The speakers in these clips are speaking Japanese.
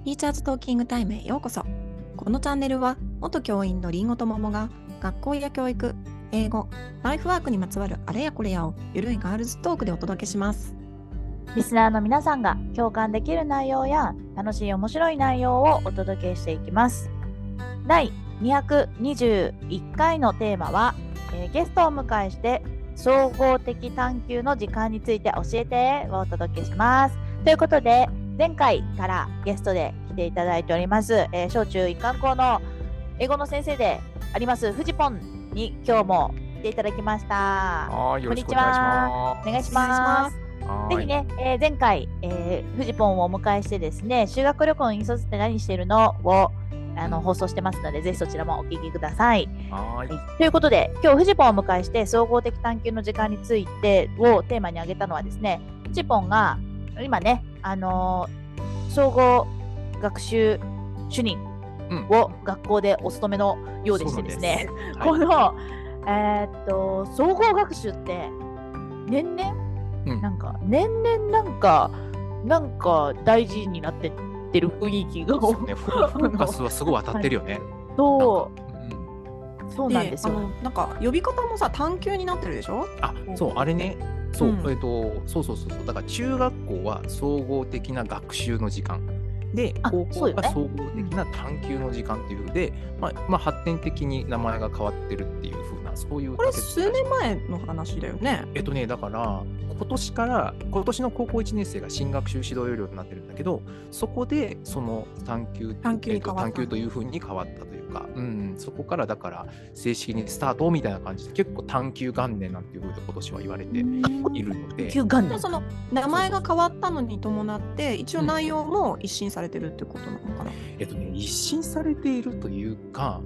ティーチャーズトーキングタイムへようこそ。このチャンネルは元教員のりんごと桃が学校や教育、英語、ライフワークにまつわるあれやこれやをゆるいガールズトークでお届けします。 リスナーの皆さんが共感できる内容や楽しい面白い内容をお届けしていきます。第221回のテーマは、ゲストをお迎えして総合的探究の時間について教えてをお届けします。ということで前回からゲストで来ていただいております、小中一貫校の英語の先生でありますフジポンに今日も来ていただきました。 はい、よろしくお願いします。 お願いします。ぜひね、前回、フジポンをお迎えしてですね、修学旅行の引率って何してるのを放送してますので、ぜひそちらもお聞きください。 はい、 ということで、今日フジポンをお迎えして総合的探究の時間についてをテーマに挙げたのはですね、フジポンが今ね、総合学習主任を学校でお勤めのようでしてですね、この、総合学習って年々、なんか大事になってってる雰囲気が、 そうね、フォーカスはすごい当たってるよね。 そうなんですよ。 なんか呼び方もさ、探究になってるでしょ？ そうあれね。そう、そうだから中学校は総合的な学習の時間で、高校は総合的な探究の時間っていう風で、発展的に名前が変わってるっていう風な、そういうこれ数年前の話だよね。 だから今年の高校1年生が新学習指導要領になってるんだけど、そこでその探究という風に変わったというか、そこからだから正式にスタートみたいな感じで、結構探究元年なんていう風で今年は言われているので、 その名前が変わったのに伴って一応内容も一新されてるってことなのかな？ 一新されているというか、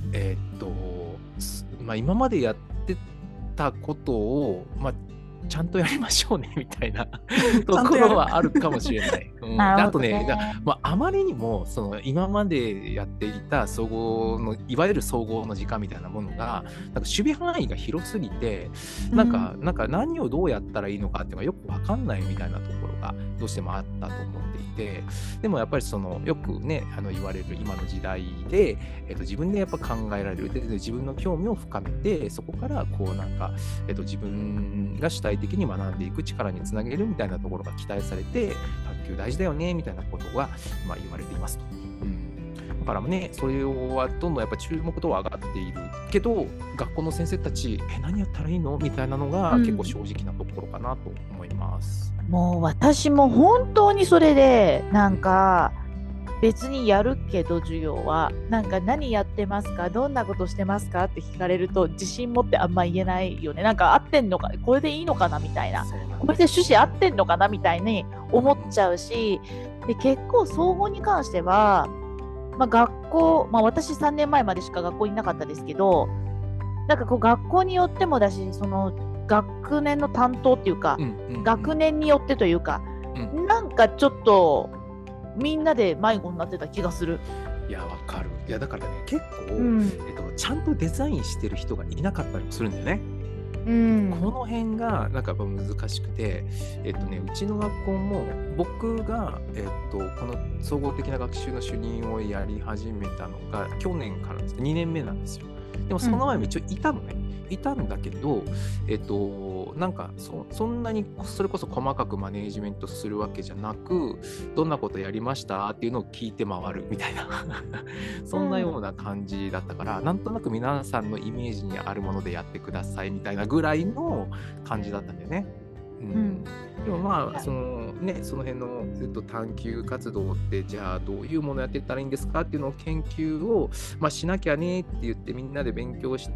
今までやってたことをちゃんとやりましょうねみたいなところはあるかもしれない。あとね、あまりにもその今までやっていた総合のいわゆる総合の時間みたいなものが、なんか守備範囲が広すぎて、なんか何をどうやったらいいのかっていうのがよく分かんないみたいなところがどうしてもあったと思っていて、でもやっぱりそのよくね言われる今の時代で、自分でやっぱ考えられるで自分の興味を深めて、そこからこうなんか、自分が主体的に学んでいく力につなげるみたいなところが期待されて、卓球大事だよねみたいなことが言われていますと。だからね、それはどんどんやっぱ注目度は上がっているけど、学校の先生たち何やったらいいのみたいなのが結構正直なところかなと思います。 もう私も本当にそれで、なんか別にやるけど授業はなんか何やってますか、どんなことしてますかって聞かれると自信持ってあんま言えないよね。なんか合ってんのか、これでいいのかなみたいな、これで趣旨合ってんのかなみたいに思っちゃうし、で結構総合に関しては、学校、私3年前までしか学校にいなかったですけど、なんかこう学校によってもだし、その学年の担当っていうか、学年によってというか、なんかちょっとみんなで迷子になってた気がする。 いや、わかる。いやだからね、結構、ちゃんとデザインしてる人がいなかったりもするんだよね。この辺がなんかやっぱ難しくて、うちの学校も僕が、この総合的な学習の主任をやり始めたのが去年からです。2年目なんですよ。でもその前も一応いたのね。いたんだけど、なんかそんなにそれこそ細かくマネージメントするわけじゃなく、どんなことやりましたっていうのを聞いて回るみたいなそんなような感じだったから、なんとなく皆さんのイメージにあるものでやってくださいみたいなぐらいの感じだったんだよね。でもその辺の探究活動ってじゃあどういうものやってったらいいんですかっていうのを研究を、しなきゃねって言ってみんなで勉強して、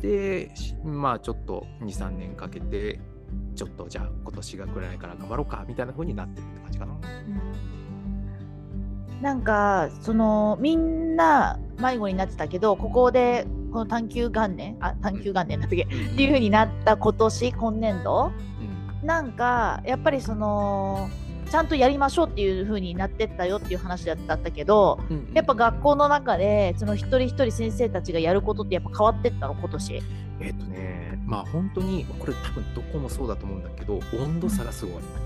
ちょっと 2,3 年かけてちょっとじゃあ今年ぐらいから頑張ろうかみたいな風になってるって感じかな。 なんかそのみんな迷子になってたけど、ここでこの探究元年だったっけっていう風になった今年度、なんかやっぱりそのちゃんとやりましょうっていう風になってったよっていう話だったけど、やっぱ学校の中でその一人一人先生たちがやることってやっぱ変わってったの今年？ 本当にこれ多分どこもそうだと思うんだけど、温度差がすごい。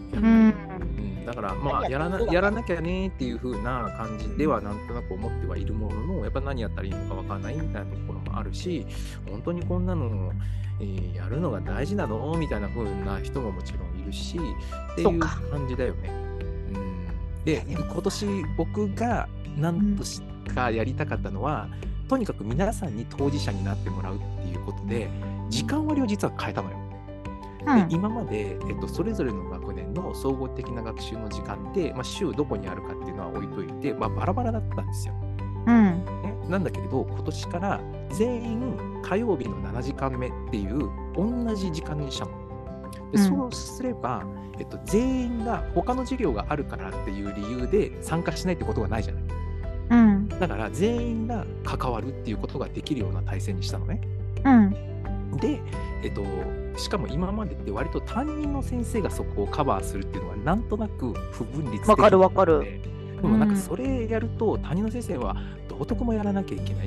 やっぱりだからまあやらなきゃねっていう風な感じではなんとなく思ってはいるものの、やっぱ何やったらいいのかわかんないみたいなところもあるし、本当にこんなの、やるのが大事なのみたいな風な人ももちろんいるしっていう感じだよね。で今年僕が何とかやりたかったのは、とにかく皆さんに当事者になってもらうっていうことで時間割を実は変えたのよ。で今まで、それぞれの学年の総合的な学習の時間って、週どこにあるかっていうのは置いといて、バラバラだったんですよ。なんだけれど今年から全員火曜日の7時間目っていう同じ時間にしたの。でそうすれば、全員が他の授業があるからっていう理由で参加しないってことがないじゃない。だから全員が関わるっていうことができるような体制にしたのね。で、しかも今までって割と担任の先生がそこをカバーするっていうのはなんとなく不分率的で、 わかる。 でもなんかそれやると担任の先生は道徳もやらなきゃいけない、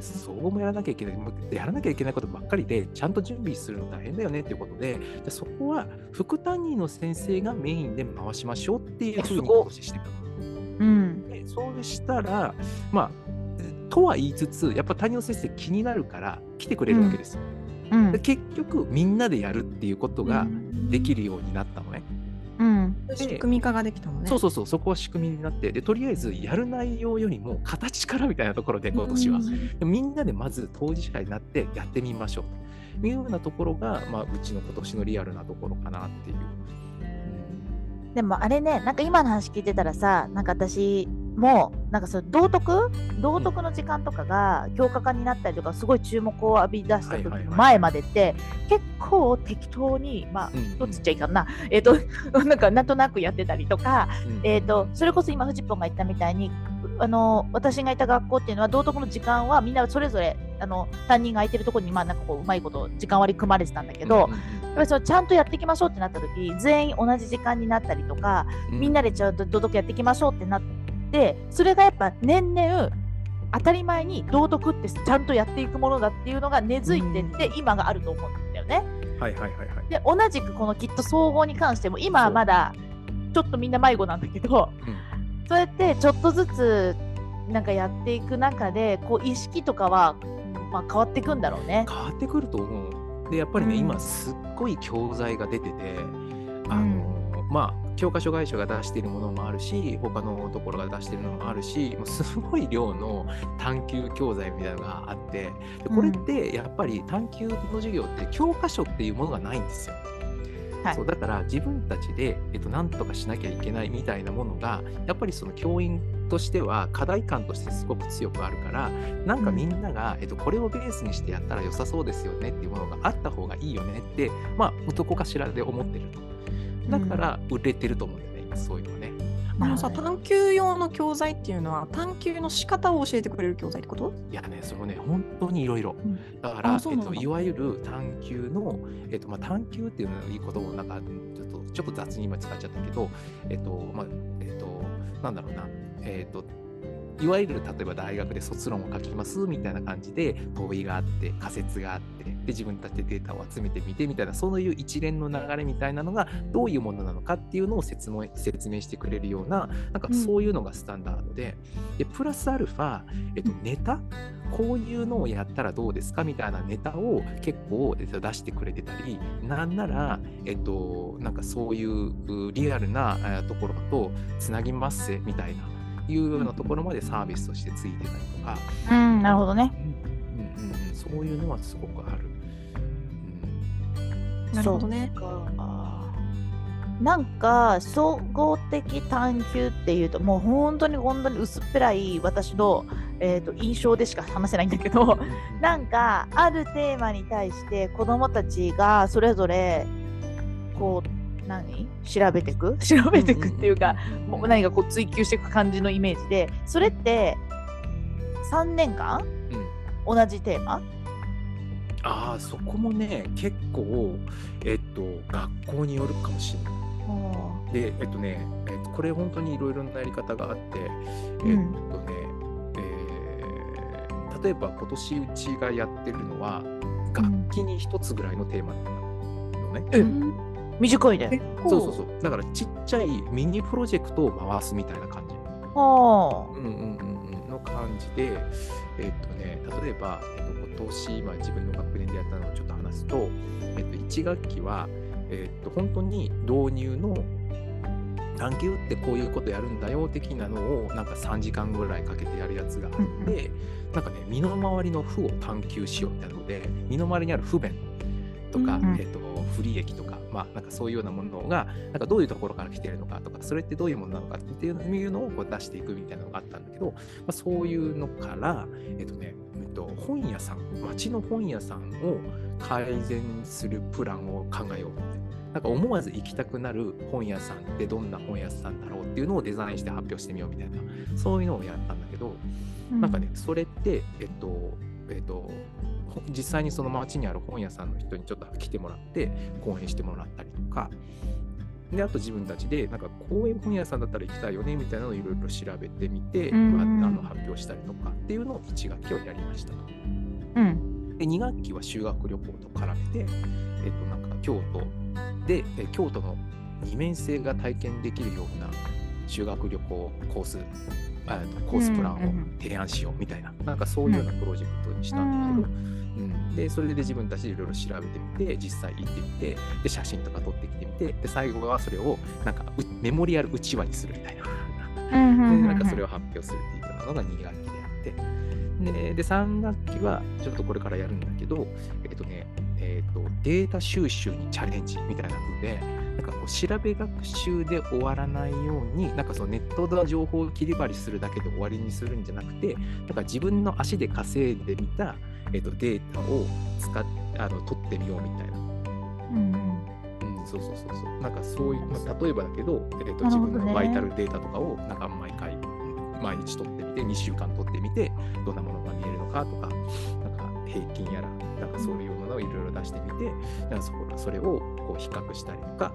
総合もやらなきゃいけない、やらなきゃいけないことばっかりでちゃんと準備するの大変だよねっていうことで、そこは副担任の先生がメインで回しましょうっていうふうに今年してたの。でそうしたらとは言いつつやっぱ担任の先生気になるから来てくれるわけですよ。で結局みんなでやるっていうことができるようになったのね。 仕組み化ができたのね。 そうそこは仕組みになって、でとりあえずやる内容よりも形からみたいなところで今年は、みんなでまず当事者になってやってみましょうというようなところが、うちの今年のリアルなところかなっていう。 でもあれね、なんか今の話聞いてたらさ、なんか私もなんかその道徳の時間とかが強化化になったりとかすごい注目を浴び出した時の前までって結構適当にどっちっちゃいかななんとなくやってたりとか、それこそ今フジポンが言ったみたいに私がいた学校っていうのは道徳の時間はみんなそれぞれ担任が空いてるところになんかこううまいこと時間割り組まれてたんだけど、やっぱりそのちゃんとやっていきましょうってなった時全員同じ時間になったりとか、みんなでちゃんと道徳やっていきましょうってなって、それがやっぱ年々当たり前に道徳ってちゃんとやっていくものだっていうのが根付いてって今があると思うんだよね。で同じくこのきっと総合に関しても今はまだちょっとみんな迷子なんだけど、そうやってちょっとずつなんかやっていく中でこう意識とかは変わっていくんだろうね。 変わってくると思う。でやっぱりね、今すっごい教材が出てて、教科書会社が出しているものもあるし他のところが出しているのもあるし、もうすごい量の探究教材みたいなのがあって、でこれってやっぱり探究の授業って教科書っていうものがないんですよ。そうだから自分たちで、何とかしなきゃいけないみたいなものがやっぱりその教員としては課題感としてすごく強くあるから、なんかみんなが、これをベースにしてやったら良さそうですよねっていうものがあった方がいいよねってどこかしらで思ってると。だから売れてると思うんだよね、今そういうのはね。 探究用の教材っていうのは探究の仕方を教えてくれる教材ってこと？ いやね、そのね本当にいろいろだから、いわゆる探究の、探究っていうのはいいことをなんかちょっと雑に今使っちゃったけど、なんだろうな、いわゆる例えば大学で卒論を書きますみたいな感じで問いがあって仮説があって、で自分たちでデータを集めてみてみたいな、そういう一連の流れみたいなのがどういうものなのかっていうのを説明してくれるような、なんかそういうのがスタンダードで、プラスアルファ、ネタこういうのをやったらどうですかみたいなネタを結構出してくれてたり、なんなら、なんかそういうリアルなところとつなぎますせみたいないうようなところまでサービスとしてついてたりとか、 なるほどね。 そういうのはすごくある。 なるほどね。 なんか総合的探究っていうともう本当に薄っぺらい私の、印象でしか話せないんだけど、なんかあるテーマに対して子どもたちがそれぞれこう調べていくっていうか、もう何かこう追求していく感じのイメージで、それって3年間、同じテーマ？ そこもね結構学校によるかもしれない。でこれ本当にいろいろなやり方があって、例えば今年うちがやってるのは楽器に一つぐらいのテーマなのね。 短いね。 結構。 そうそうそう。だからちっちゃいミニプロジェクトを回すみたいな感じ。 はの感じで、例えば、今年、今自分の学年でやったのをちょっと話すと、1学期は、本当に導入の探究ってこういうことやるんだよ的なのをなんか3時間ぐらいかけてやるやつがあって、なんかね、身の回りの負を探求しようみたいなので、身の回りにある不便とか、不利益とか、なんかそういうようなものがなんかどういうところから来てるのかとか、それってどういうものなのかっていうのをこう出していくみたいなのがあったんだけど、そういうのから本屋さん、町の本屋さんを改善するプランを考えようって。なんか思わず行きたくなる本屋さんってどんな本屋さんだろうっていうのをデザインして発表してみようみたいな、そういうのをやったんだけど、なんかね、それって実際にその町にある本屋さんの人にちょっと来てもらって講演してもらったりとかで、あと自分たちでなんかこういう本屋さんだったら行きたいよねみたいなのをいろいろ調べてみて、発表したりとかっていうのを1学期をやりましたと。で2学期は修学旅行と絡めて、なんか京都で京都の2面性が体験できるような修学旅行コースプランを提案しようみたいな、なんかそういうようなプロジェクトにしたんだけど、でそれで自分たちでいろいろ調べてみて、実際行ってみて、で写真とか撮ってきてみて、で最後はそれをなんかメモリアルうちわにするみたいなでなんかそれを発表するっていうようなのが2学期であって、で3学期はちょっとこれからやるんだけど、データ収集にチャレンジみたいな風で、なんかこう調べ学習で終わらないように、なんかそのネットの情報を切り張りするだけで終わりにするんじゃなくて、なんか自分の足で稼いでみた、データを取ってみようみたいな。そう。なんかそういう、例えばだけど、自分のバイタルデータとかをなんか毎日取ってみて、2週間取ってみて、どんなものが見えるのかとか、なんか平均やら、なんかそういうものをいろいろ出してみて、なんかそれをこう比較したりとか、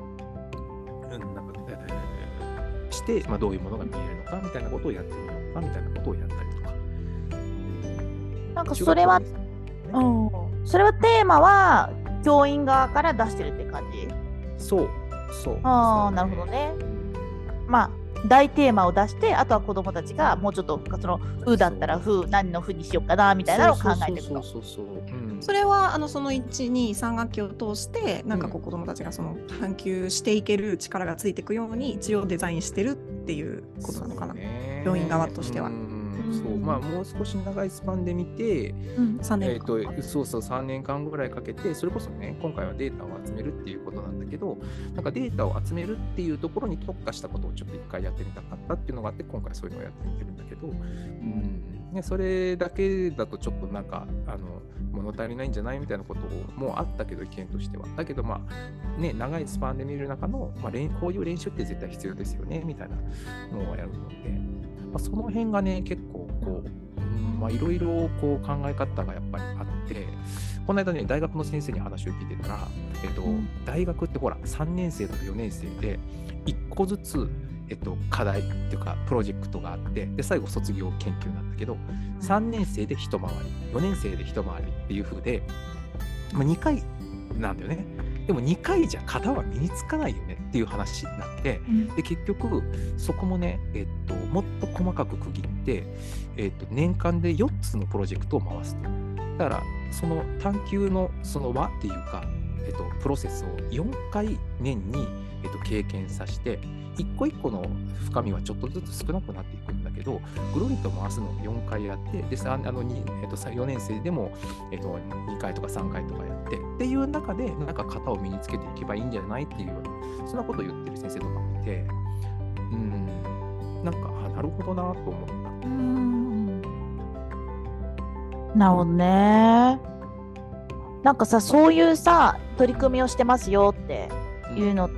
して、どういうものが見えるのかみたいなことをやってみようかみたいなことをやったりとか。 なんかそれは、それはテーマは教員側から出してるって感じ？ そう。 なるほどね。大テーマを出して、あとは子どもたちがもうちょっとその風だったら何の風にしようかなみたいなのを考えていくと。 それはその1、2、3学期を通してなんかこう子どもたちがその探求していける力がついていくように一応デザインしてるっていうことなのかな、教員側としては。 もう少し長いスパンで見て、 3年間 3年間ぐらいかけて、それこそね、今回はデータを集めるっていうことなんだけど、なんかデータを集めるっていうところに特化したことをちょっと一回やってみたかったっていうのがあって、今回そういうのをやってみてるんだけど、それだけだとちょっとなんか物足りないんじゃないみたいなこともあったけど、意見としては。だけど長いスパンで見る中の、こういう練習って絶対必要ですよねみたいなのをやるので、その辺がね、結構こう、いろいろこう考え方がやっぱりあって、この間ね、大学の先生に話を聞いてたら、大学ってほら、3年生とか4年生で、1個ずつ、課題っていうか、プロジェクトがあって、で、最後卒業研究なんだけど、3年生で一回り、4年生で一回りっていう風で、2回なんだよね。でも2回じゃ型は身につかないよねっていう話になって、で結局そこもね、もっと細かく区切って、年間で4つのプロジェクトを回すと。だからその探究のその輪っていうか、プロセスを4回年に、経験させて、一個一個の深みはちょっとずつ少なくなっていくんだけど、ぐるりと回すのを4回やって、で4年生でも、2回とか3回とかやってっていう中で、なんか型を身につけていけばいいんじゃないっていうような、そんなことを言ってる先生とかもいて、なんかなるほどなと思った。 なるほどね。なんかさ、そういうさ取り組みをしてますよっていうのって、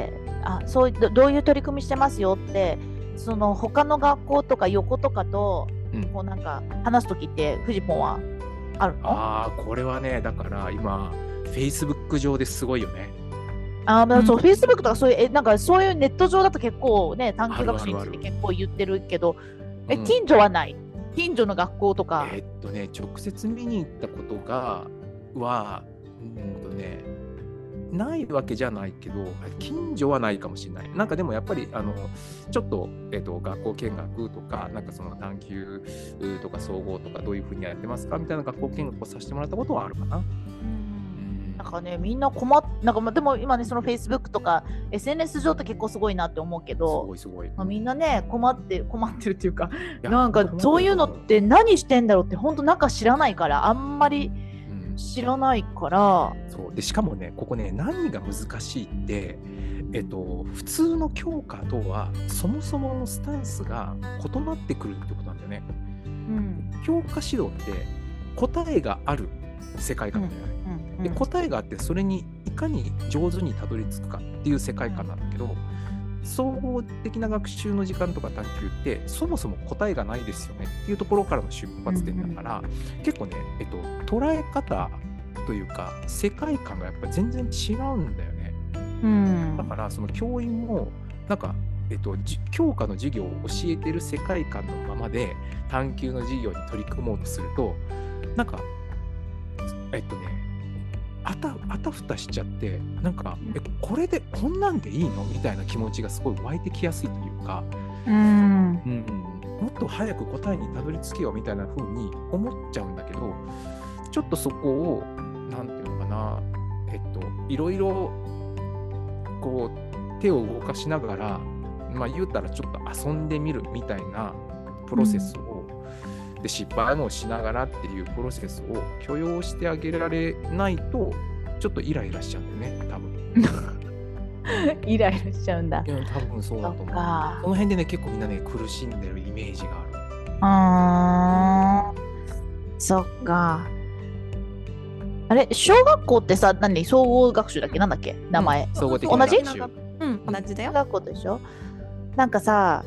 どういう取り組みしてますよって、その他の学校とか横とかと、こうなんか話すときってフジポンはあるの？ これはね、だから今 Facebook 上ですごいよね。 そう、Facebook とかそういうなんかそういうネット上だと結構ね、探究学習について結構言ってるけど、近所はない？近所の学校とか。 直接見に行ったことがないわけじゃないけど、近所はないかもしれない。なんかでもやっぱりちょっと、学校見学とか、なんかその探究とか総合とかどういうふうにやってますかみたいな学校見学をさせてもらったことはあるかな。 なんかね、みんななんかでも今ね、その Facebook とか SNS 上って結構すごいなって思うけど、 すごい。 みんなね、困ってるっていうか、なんかそういうのって何してんだろうって本当なんか知らないから、あんまり知らないから、 そうで、しかもね、ここね、何が難しいって、普通の教科とはそもそものスタンスが異なってくるってことなんだよね。教科指導って答えがある世界観だよね。で、答えがあってそれにいかに上手にたどり着くかっていう世界観なんだけど、総合的な学習の時間とか探究ってそもそも答えがないですよねっていうところからの出発点だから、結構ね、捉え方というか世界観がやっぱり全然違うんだよね。だからその教員もなんか、教科の授業を教えてる世界観のままで探究の授業に取り組もうとすると、なんかあたふたしちゃって、なんかこれでこんなんでいいのみたいな気持ちがすごい湧いてきやすいというか、もっと早く答えにたどり着けよみたいな風に思っちゃうんだけど、ちょっとそこをなんていうのかな、いろいろこう手を動かしながら、言うたらちょっと遊んでみるみたいなプロセスを、で失敗もしながらっていうプロセスを許容してあげられないと、ちょっとイライラしちゃうんだよね、多分。 イライラしちゃうんだ。 いや、多分そうだと思う。その辺でね、結構みんなね、苦しんでるイメージがある。 そっか。あれ、小学校ってさ、総合学習だっけ、なんだっけ、名前。 総合的な学習。 同じだよ。 小学校でしょ。なんかさ、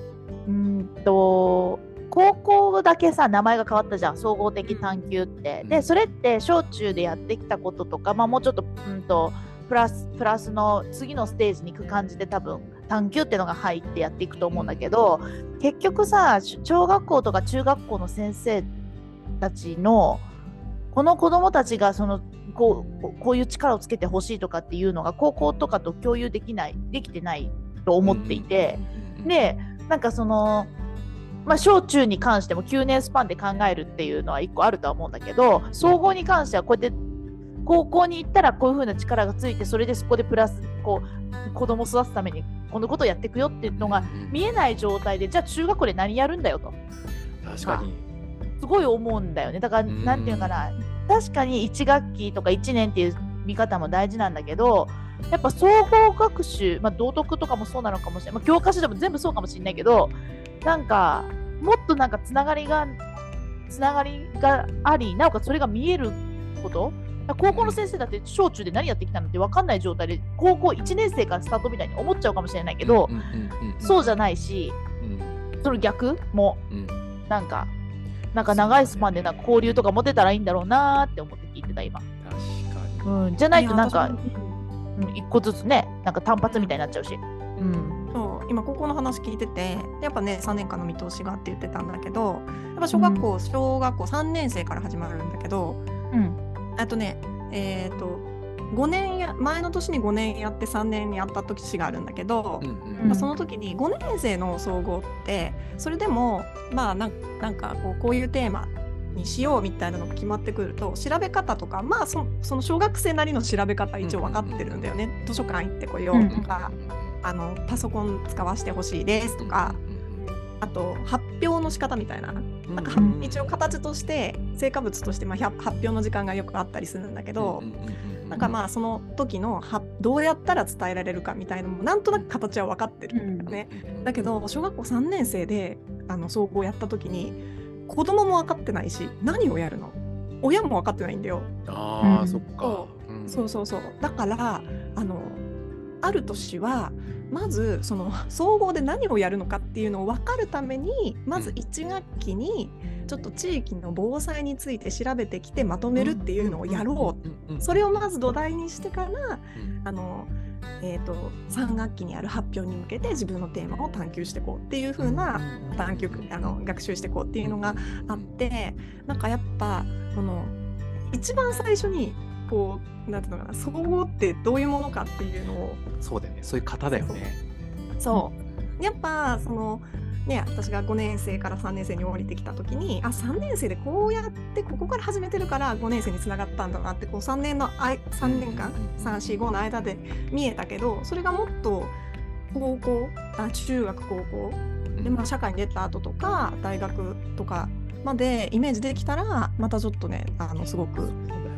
高校だけさ名前が変わったじゃん、総合的探究って。でそれって小中でやってきたこととか、もうちょっと、プラスの次のステージに行く感じで多分探究っていうのが入ってやっていくと思うんだけど、結局さ、小学校とか中学校の先生たちのこの子どもたちがこういう力をつけてほしいとかっていうのが高校とかと共有できてないと思っていて、でなんか小中に関しても9年スパンで考えるっていうのは1個あるとは思うんだけど、総合に関してはこうやって高校に行ったらこういう風な力がついて、それでそこでプラス子供を育つためにこのことをやっていくよっていうのが見えない状態で、じゃあ中学校で何やるんだよと、 確かにすごい思うんだよね。だからなんていうかな、確かに1学期とか1年っていう見方も大事なんだけど、やっぱ総合学習、道徳とかもそうなのかもしれない、教科書でも全部そうかもしれないけど、なんかもっとなんかつながりがあり、なおかつそれが見えること。高校の先生だって小中で何やってきたのって分かんない状態で高校1年生からスタートみたいに思っちゃうかもしれないけど、そうじゃないし、その逆も、なんか長いスパンでなんか交流とか持てたらいいんだろうなって思って聞いてた今。 確かに。 じゃないとなんか一個ずつね、なんか単発みたいになっちゃうし。 そう、今高校の話聞いてて、やっぱね3年間の見通しがって言ってたんだけど、やっぱ小学校3年生から始まるんだけど、あとね5年前の年に5年やって3年やった年があるんだけど、その時に5年生の総合ってそれでもなんかこういうテーマにしようみたいなのが決まってくると、調べ方とかその小学生なりの調べ方一応分かってるんだよね。図書館行ってこようとか、パソコン使わせてほしいですとか、あと発表の仕方みたいな、なんか一応形として成果物として発表の時間がよくあったりするんだけど、なんかその時のどうやったら伝えられるかみたいなのもなんとなく形は分かってるんだよね。だけど小学校3年生で総合やった時に子供も分かってないし、何をやるの親も分かってないんだよ。 そっか。 そうだからある年はまずその総合で何をやるのかっていうのを分かるために、まず1学期にちょっと地域の防災について調べてきてまとめるっていうのをやろう、それをまず土台にしてから3学期にある発表に向けて自分のテーマを探求していこうっていう風な学習していこうっていうのがあって、なんかやっぱこの一番最初にこうなんていうのかな、総合ってどういうものかっていうのを、 そうだよね、そういう方だよね。 そうやっぱそのね、私が5年生から3年生に降りてきた時に、あ、3年生でこうやってここから始めてるから5年生につながったんだなって、こう3年間345の間で見えたけど、それがもっと中学高校で、まあ、社会に出た後とか大学とかまでイメージできたら、またちょっとね、すごく、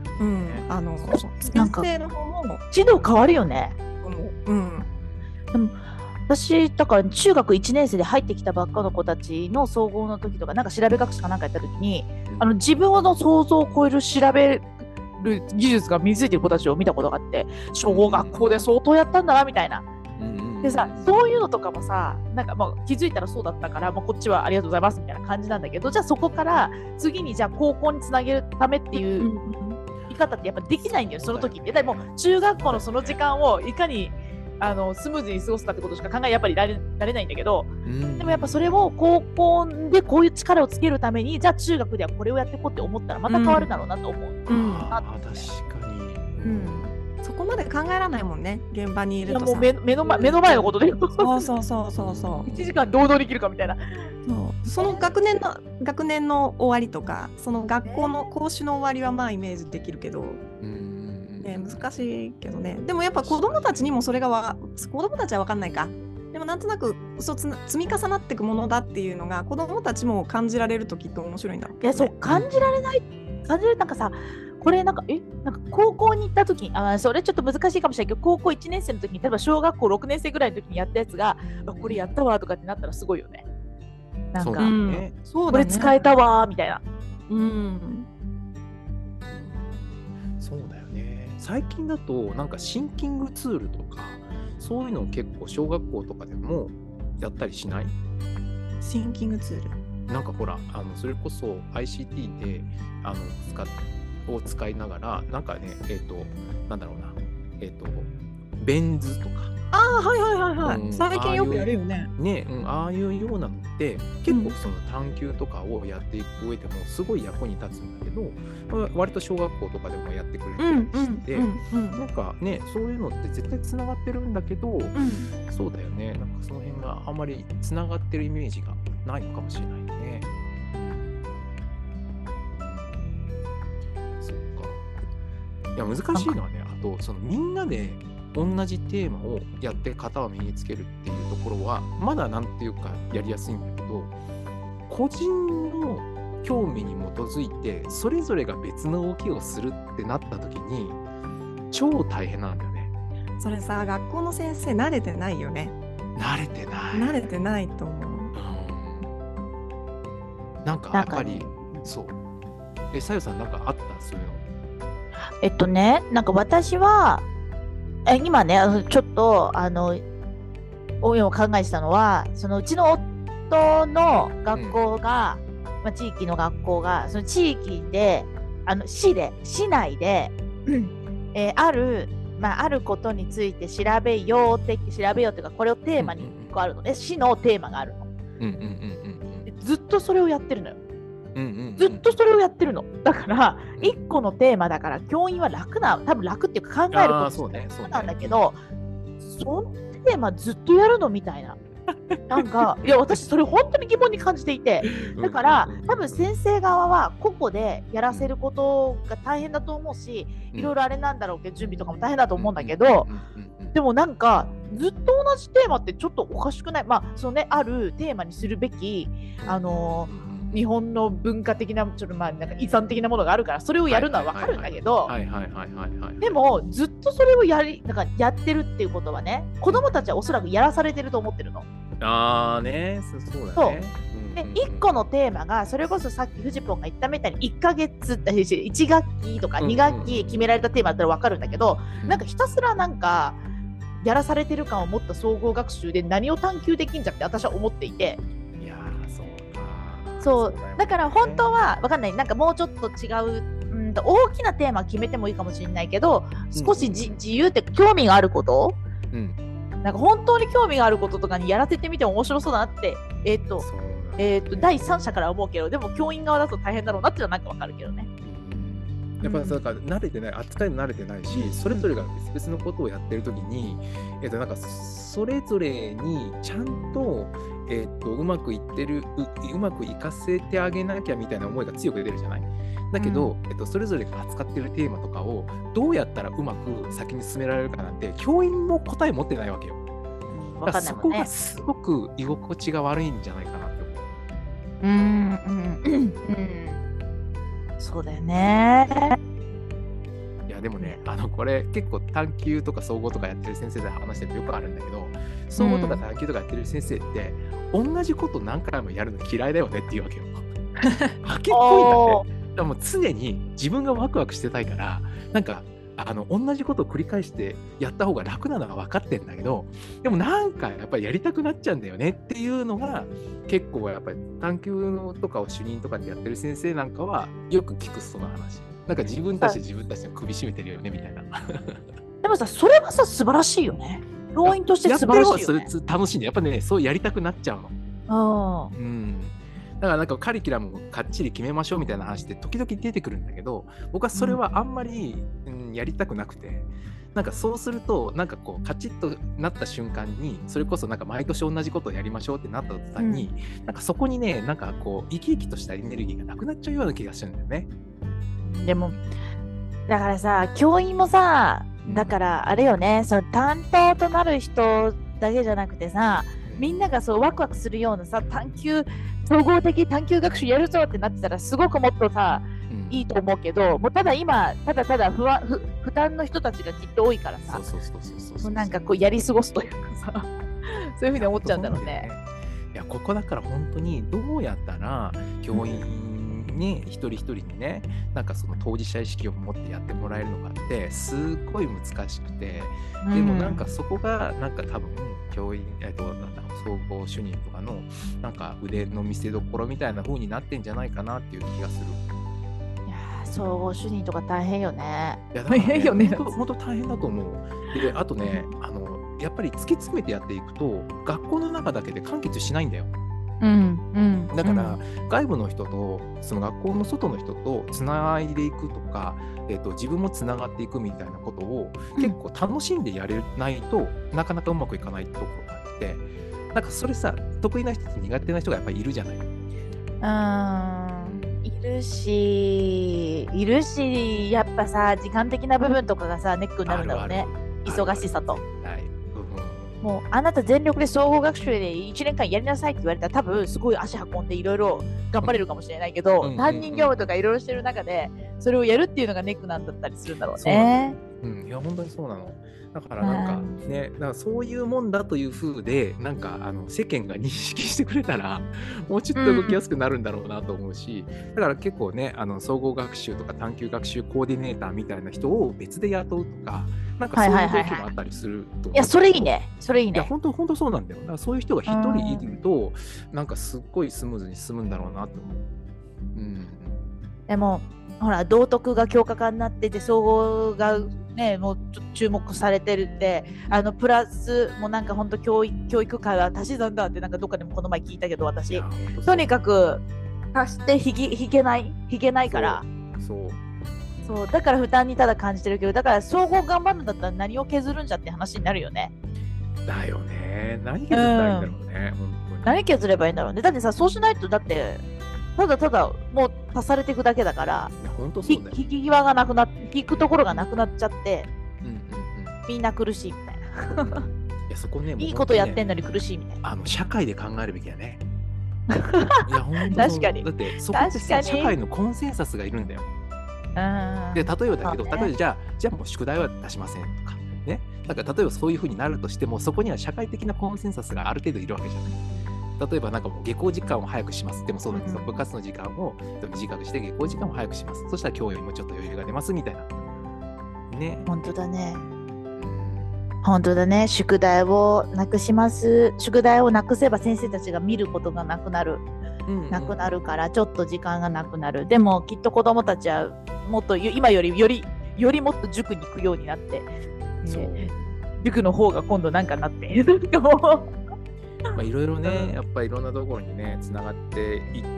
先生の方も指導変わるよね。でも私だから中学1年生で入ってきたばっかの子たちの総合の時とか、なんか調べ学習かなんかやった時に、自分の想像を超える調べる技術が身についてる子たちを見たことがあって、小学校で相当やったんだなみたいな。でさ、そういうのとかもさ、なんかもう気づいたらそうだったから、もうこっちはありがとうございますみたいな感じなんだけど、じゃあそこから次にじゃあ高校につなげるためっていう言い方ってやっぱできないんだよ、その時って。でも中学校のその時間をいかにスムーズに過ごすかってことしか考えやっぱりられないんだけど、でもやっぱそれを高校でこういう力をつけるために、じゃあ中学ではこれをやっていこうって思ったらまた変わるだろうなと思う。 確かに、 そこまで考えられないもんね、現場にいるとさ。 もう目の前のことでそう 1時間堂々に生きるかみたいな。 その学年の終わりとか、その学校の講師の終わりはまあイメージできるけど、難しいけどね。でもやっぱ子供たちにもそれが子供たちは分かんないか。でもなんとなく積み重なっていくものだっていうのが子供たちも感じられるときっと面白いんだろう、ね。 いや、そう感じられない、なんかさ、これなんか高校に行った時に、それちょっと難しいかもしれないけど、高校1年生の時に例えば小学校6年生ぐらいの時にやったやつが、これやったわとかってなったらすごいよね。なんかこれ使えたわみたいな。 そうだよね。最近だとなんかシンキングツールとかそういうのを結構小学校とかでもやったりしない？ シンキングツールなんかほらそれこそ ICT で使いながらなんかねなんだろうなベン図とか、 最近よくやるよね。 ああいうようなのって結構その探究とかをやっていく上でもすごい役に立つんだけど、割と小学校とかでもやってくれたりして、なんかね、そういうのって絶対つながってるんだけど、そうだよね、なんかその辺があまりつながってるイメージがないのかもしれないね。そっか。いや難しいのはね、あとそのみんなで同じテーマをやって型を身につけるっていうところはまだなんていうかやりやすいんだけど、個人の興味に基づいてそれぞれが別の動きをするってなった時に超大変なんだよね。 それさ、学校の先生慣れてないよね。 慣れてないと思う。 なんかやっぱりそう。さよさんなんかあったそういうの？ なんか私は今ね、ちょっと応援を考えてたのは、そのうちの夫の学校が、地域の学校がその地域で市内で、あることについて調べようっていうか、これをテーマに1個あるので、市のテーマがあるの。ずっとそれをやってるのよ。ずっとそれをやってるの。だから1個のテーマだから教員は多分楽っていうか考えることなんだけど、そのテーマずっとやるのみたいな。なんかいや私それ本当に疑問に感じていて、だから多分先生側は個々でやらせることが大変だと思うし、いろいろあれなんだろうけど準備とかも大変だと思うんだけど、でもなんかずっと同じテーマってちょっとおかしくない？そのね、あるテーマにするべき日本の文化的なちょっとなんか遺産的なものがあるからそれをやるのは分かるんだけど、でもずっとそれをなんかやってるっていうことはね、子供たちはおそらくやらされてると思ってるの。 そうだね。 で1個のテーマがそれこそさっきフジポンが言ったみたいに1ヶ月1学期とか2学期決められたテーマだったら分かるんだけど、なんかひたすらなんかやらされてる感を持った総合学習で何を探求できんじゃって私は思っていて。そうだから本当は分かんない、なんかもうちょっと違う、大きなテーマ決めてもいいかもしれないけど、少し自由って興味があること、なんか本当に興味があることとかにやらせてみても面白そうだなって第三者から思うけど、でも教員側だと大変だろうなっていうのはなんか分かるけどね。 やっぱだから慣れてない、扱いも慣れてないし、それぞれが別々のことをやってる時に、なんかそれぞれにちゃんと、うまくいってる、うまくいかせてあげなきゃみたいな思いが強く出るじゃない。だけど、それぞれが扱ってるテーマとかをどうやったらうまく先に進められるかなんて教員も答え持ってないわけよ。だからそこがすごく居心地が悪いんじゃないかなって思う。 そうだよね。 いやでもね、これ結構探究とか総合とかやってる先生で話してるとよくあるんだけど、総合とか探究とかやってる先生って、同じこと何回もやるの嫌いだよねっていうわけよ。飽きっぽいんだって。だからもう常に自分がワクワクしてたいから、なんか同じことを繰り返してやった方が楽なのは分かってんだけど、でもなんかやっぱりやりたくなっちゃうんだよねっていうのが結構やっぱり探究とかを主任とかでやってる先生なんかはよく聞くその話。なんか自分たちで自分たちの首絞めてるよねみたいな。 でもさ、それはさ素晴らしいよね。教員として素晴らしいよね。 やってる方は楽しいね。やっぱね、そうやりたくなっちゃうの。だからなんかカリキュラムをかっちり決めましょうみたいな話って時々出てくるんだけど、僕はそれはあんまり、やりたくなくて、なんかそうするとなんかこうカチッとなった瞬間に、それこそなんか毎年同じことをやりましょうってなった途端に、なんかそこにね、なんかこう生き生きとしたエネルギーがなくなっちゃうような気がするんだよね。 でもだからさ、教員もさ、だからあれよね、その担当となる人だけじゃなくてさ、みんながそうワクワクするようなさ、総合的探究学習やるぞってなってたらすごくもっとさ、いいと思うけど、もうただ今ただ負担の人たちがきっと多いからさ、なんかこうやり過ごすというかさ、そういうふうに思っちゃうんだろうね。 いや、ここだから本当にどうやったら教員に一人一人にね、なんかその当事者意識を持ってやってもらえるのかってすっごい難しくて、でもなんかそこがなんか多分教員、総合主任とかのなんか腕の見せ所みたいな風になってんじゃないかなっていう気がする。 いや総合主任とか大変よね。 いや、大変よね。本当大変だと思う。で、あとね、やっぱり突き詰めてやっていくと学校の中だけで完結しないんだよ。だから、外部の人とその学校の外の人とつないでいくとか、自分もつながっていくみたいなことを結構楽しんでやれないと、なかなかうまくいかないところがあって、なんかそれさ、得意な人と苦手な人がやっぱりいるじゃない。 いるし、やっぱさ、時間的な部分とかがさ、ネックになるんだろうね。忙しさと。もうあなた全力で総合学習で1年間やりなさいって言われたら、多分すごい足運んでいろいろ頑張れるかもしれないけど、担任業務とかいろいろしてる中でそれをやるっていうのがネックなんだったりするんだろうね。 いや本当にそうなの。だからなんかね、だからそういうもんだという風でなんか世間が認識してくれたらもうちょっと動きやすくなるんだろうなと思うし、だから結構ね、総合学習とか探究学習コーディネーターみたいな人を別で雇うとか、なんかそういう動きもあったりすると思う。 いや、それいいね。それいいね。 いや本当そうなんだよ。だからそういう人が一人いるとなんかすっごいスムーズに進むんだろうなと思う。 でもほら、道徳が強化化になってて、総合がね、もう注目されてるって、プラスもうなんか本当教育界は足し算だって、なんかどっかでもこの前聞いたけど、私とにかく足して引けないから、そうだから負担にただ感じてるけど、だから総合頑張るんだったら何を削るんじゃって話になるよね。 だよね。何削ったらいいんだろうね、本当に。 何削ればいいんだろうね。だってさ、そうしないと、だってただもう足されていくだけだから、引き際がなくなって、引くところがなくなっちゃって、みんな苦しいみたいな。 いやそこね、 いいことやってんのに苦しいみたいな。 社会で考えるべきやね。いや本当確かに。 だってそこってさ、社会のコンセンサスがいるんだよ。で、例えばだけど、じゃあもう宿題は出しませんとかね。だから例えばそういう風になるとしても、そこには社会的なコンセンサスがある程度いるわけじゃない。例えばなんかもう下校時間を早くしますでもそうだけど、部活の時間を短くして下校時間を早くします。そしたら教員もちょっと余裕が出ますみたいな。ね。 本当だね。本当だね。宿題をなくします。宿題をなくせば先生たちが見ることがなくなる。なくなるからちょっと時間がなくなる。でもきっと子どもたちはもっと今よりもっと塾に行くようになって、塾の方が今度なんかなっていろいろね、 やっぱりいろんなところにねつながっていっ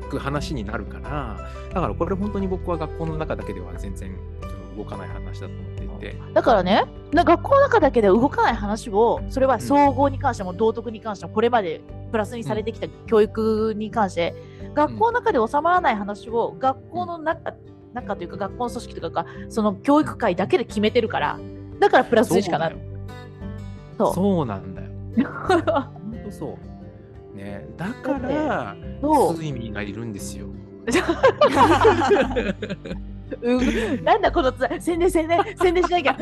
く話になるから、だからこれ本当に僕は学校の中だけでは全然動かない話だと思っていて。 だからね、学校の中だけで動かない話を、それは総合に関しても道徳に関してもこれまでプラスにされてきた教育に関して、学校の中で収まらない話を学校の中というか学校の組織とかその教育会だけで決めてるから、だからプラスにしかなる。 そうなんだよ。本当そうね。だからスイミーがいるんですよ。なんだこの宣伝しなきゃ。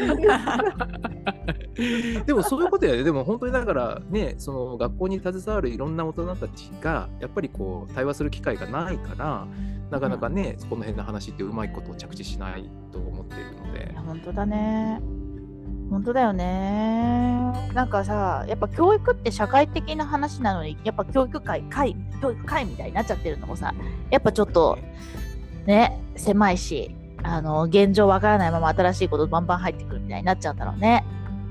でもそういうことやで、でも本当にだからね、その学校に携わるいろんな大人たちがやっぱりこう対話する機会がないから、なかなかね、この辺の話ってうまいことを着地しないと思っているので。 本当だね。本当だよね。なんかさ、やっぱ教育って社会的な話なのに、やっぱ教育会みたいになっちゃってるのもさ、やっぱちょっとね、狭いし、現状わからないまま新しいことバンバン入ってくるみたいになっちゃうんだろうね。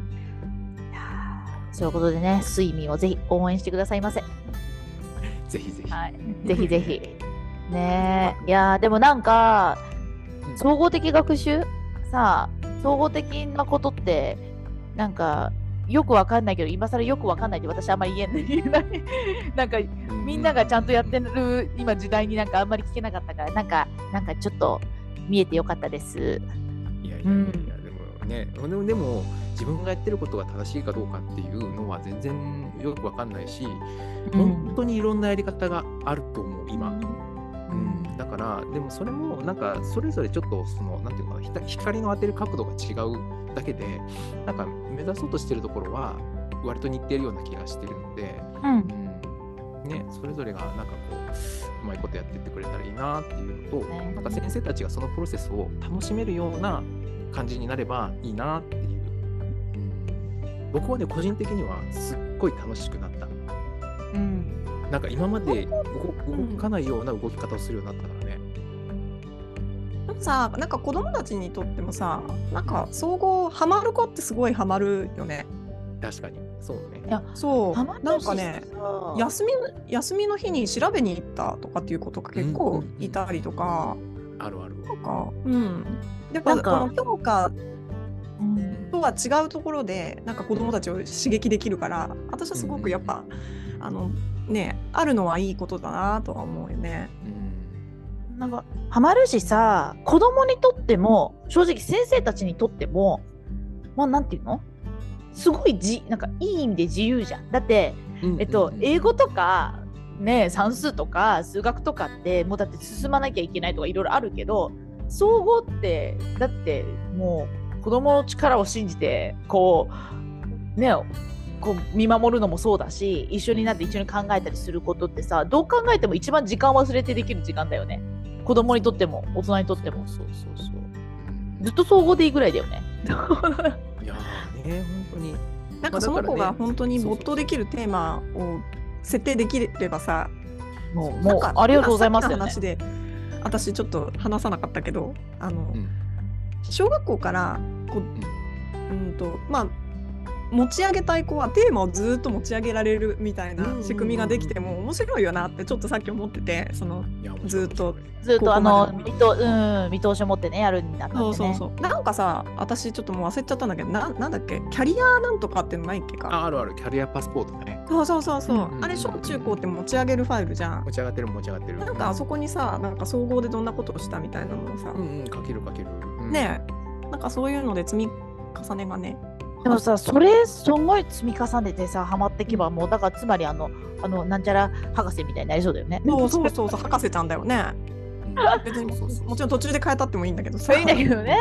そういうことでね、睡眠をぜひ応援してくださいませ。 ぜひぜひ。 はい、ぜひぜひ。ねえ、いやでもなんか、総合的学習さあ、総合的なことってなんかよくわかんないけど、今更よくわかんないって私あんまり言えない。なんかみんながちゃんとやってる今時代になんかあんまり聞けなかったから、なんかちょっと見えてよかったです。 いや、でもね、でも自分がやってることが正しいかどうかっていうのは全然よくわかんないし、本当にいろんなやり方があると思う今。だからでもそれもなんかそれぞれちょっとそのなんていうかな、光の当てる角度が違うだけで、なんか目指そうとしてるところは割と似てるような気がしてるので、ね、それぞれがなんかこううまいことやってってくれたらいいなっていうのと、なんか先生たちがそのプロセスを楽しめるような感じになればいいなっていう、僕はね個人的にはすっごい楽しくなった。なんか今まで動かないような動き方をするようになったからね。 でもさ、なんか子供たちにとってもさ、なんか総合ハマる子ってすごいハマるよね。 確かにそうね。 いや、 そうなんかね、休みの日に調べに行ったとかっていう子とか結構いたりとか、 あるある。 なんかやっぱこの教科とは違うところでなんか子供たちを刺激できるから、私はすごくやっぱね、あるのはいいことだなとは思うよね。 なんかハマるしさ、子供にとっても正直先生たちにとっても、まあなんていうの、すごいなんかいい意味で自由じゃん。だって英語とかね、算数とか数学とかってもうだって進まなきゃいけないとかいろいろあるけど、総合ってだってもう子供の力を信じてこうね、こう見守るのもそうだし、一緒になって一緒に考えたりすることってさ、どう考えても一番時間忘れてできる時間だよね。子供にとっても大人にとっても。そうずっと総合でいいぐらいだよね。 いやーね、本当になんかその子が本当に没頭できるテーマを設定できればさ、 もうありがとうございますよね。 話で私ちょっと話さなかったけど、小学校からこうまあ持ち上げたい子はテーマをずっと持ち上げられるみたいな仕組みができても面白いよなってちょっとさっき思ってて、そのずっと見通しを持ってねやるんだったってね。そうなんかさ、私ちょっともう忘れちゃったんだけど、なんだっけ、キャリアなんとかってのないっけか。 あるキャリアパスポートだね。 そうあれ小中高って持ち上げるファイルじゃん。 持ち上がってる。 なんかあそこにさ、なんか総合でどんなことをしたみたいなのをさ、 書ける、 ねえ、なんかそういうので積み重ねがね。 でもさ、それすごい積み重ねてさ、ハマってけばもうだからつまりなんちゃら博士みたいになりそうだよね。 そう博士ちゃんだよね。別にもちろん途中で変えたってもいいんだけどさ。 いいんだけどね。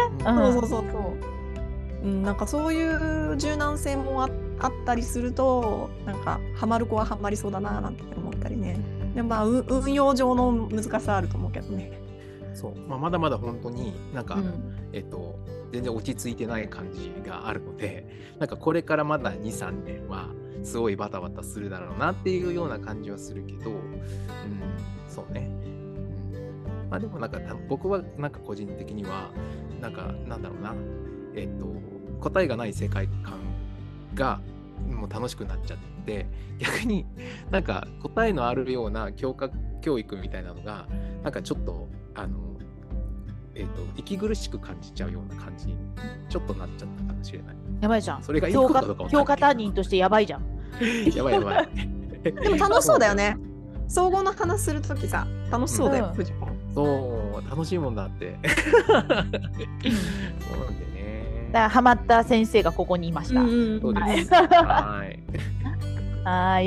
なんかそういう柔軟性もあったりすると、なんかハマる子はハマりそうだななんて思ったりね。でもまあ運用上の難しさあると思うけどね。 そう、まだまだ本当になんか、全然落ち着いてない感じがあるので、なんかこれからまだ 2,3 年はすごいバタバタするだろうなっていうような感じはするけど、そうね。まあでもなんか僕はなんか個人的にはなんかなんだろうな、答えがない世界観がもう楽しくなっちゃって、逆になんか答えのあるような教科教育みたいなのがなんかちょっと息苦しく感じちゃうような感じにちょっとなっちゃったかもしれない。 やばいじゃん。 それがいいことかどうかわかんないけど教科担任としてやばいじゃん。 やばいやばい。 でも楽しそうだよね。総合の話するときさ、楽しそうだよ、フジポン。 そう、楽しいもんだって。そうなんでね。 だからハマった先生がここにいました。 そうです。はい。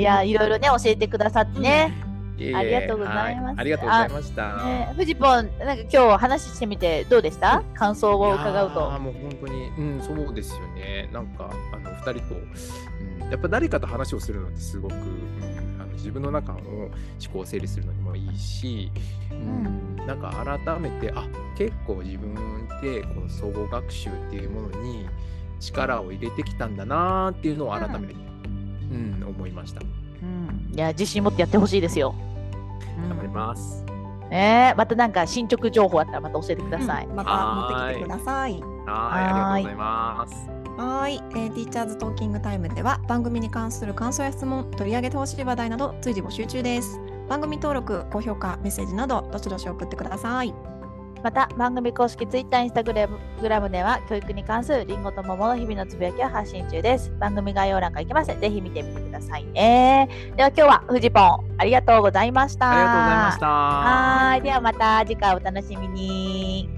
いや、いろいろね、教えてくださってね。ありがとうございます。 ありがとうございました。 フジポン、なんか今日話してみてどうでした？感想を伺うと。 もう本当に、そうですよね。なんか2人と、やっぱ誰かと話をするのってすごく、自分の中の思考を整理するのにもいいし、なんか改めて結構自分でこの総合学習っていうものに力を入れてきたんだなっていうのを改めて、思いました。 いや、自信持ってやってほしいですよ。 頑張ります。 またなんか進捗情報あったらまた教えてください。 また持ってきてください。 ありがとうございます。 ティーチャーズトーキングタイムでは番組に関する感想や質問、取り上げてほしい話題など随時募集中です。番組登録、高評価、メッセージなどどしどし送ってください。 また番組公式 Twitter、Instagram では教育に関するりんごと桃の日々のつぶやきを発信中です。番組概要欄から行きましてぜひ見てみてくださいね。では今日はフジポンありがとうございました。 ありがとうございました。 ではまた次回お楽しみに。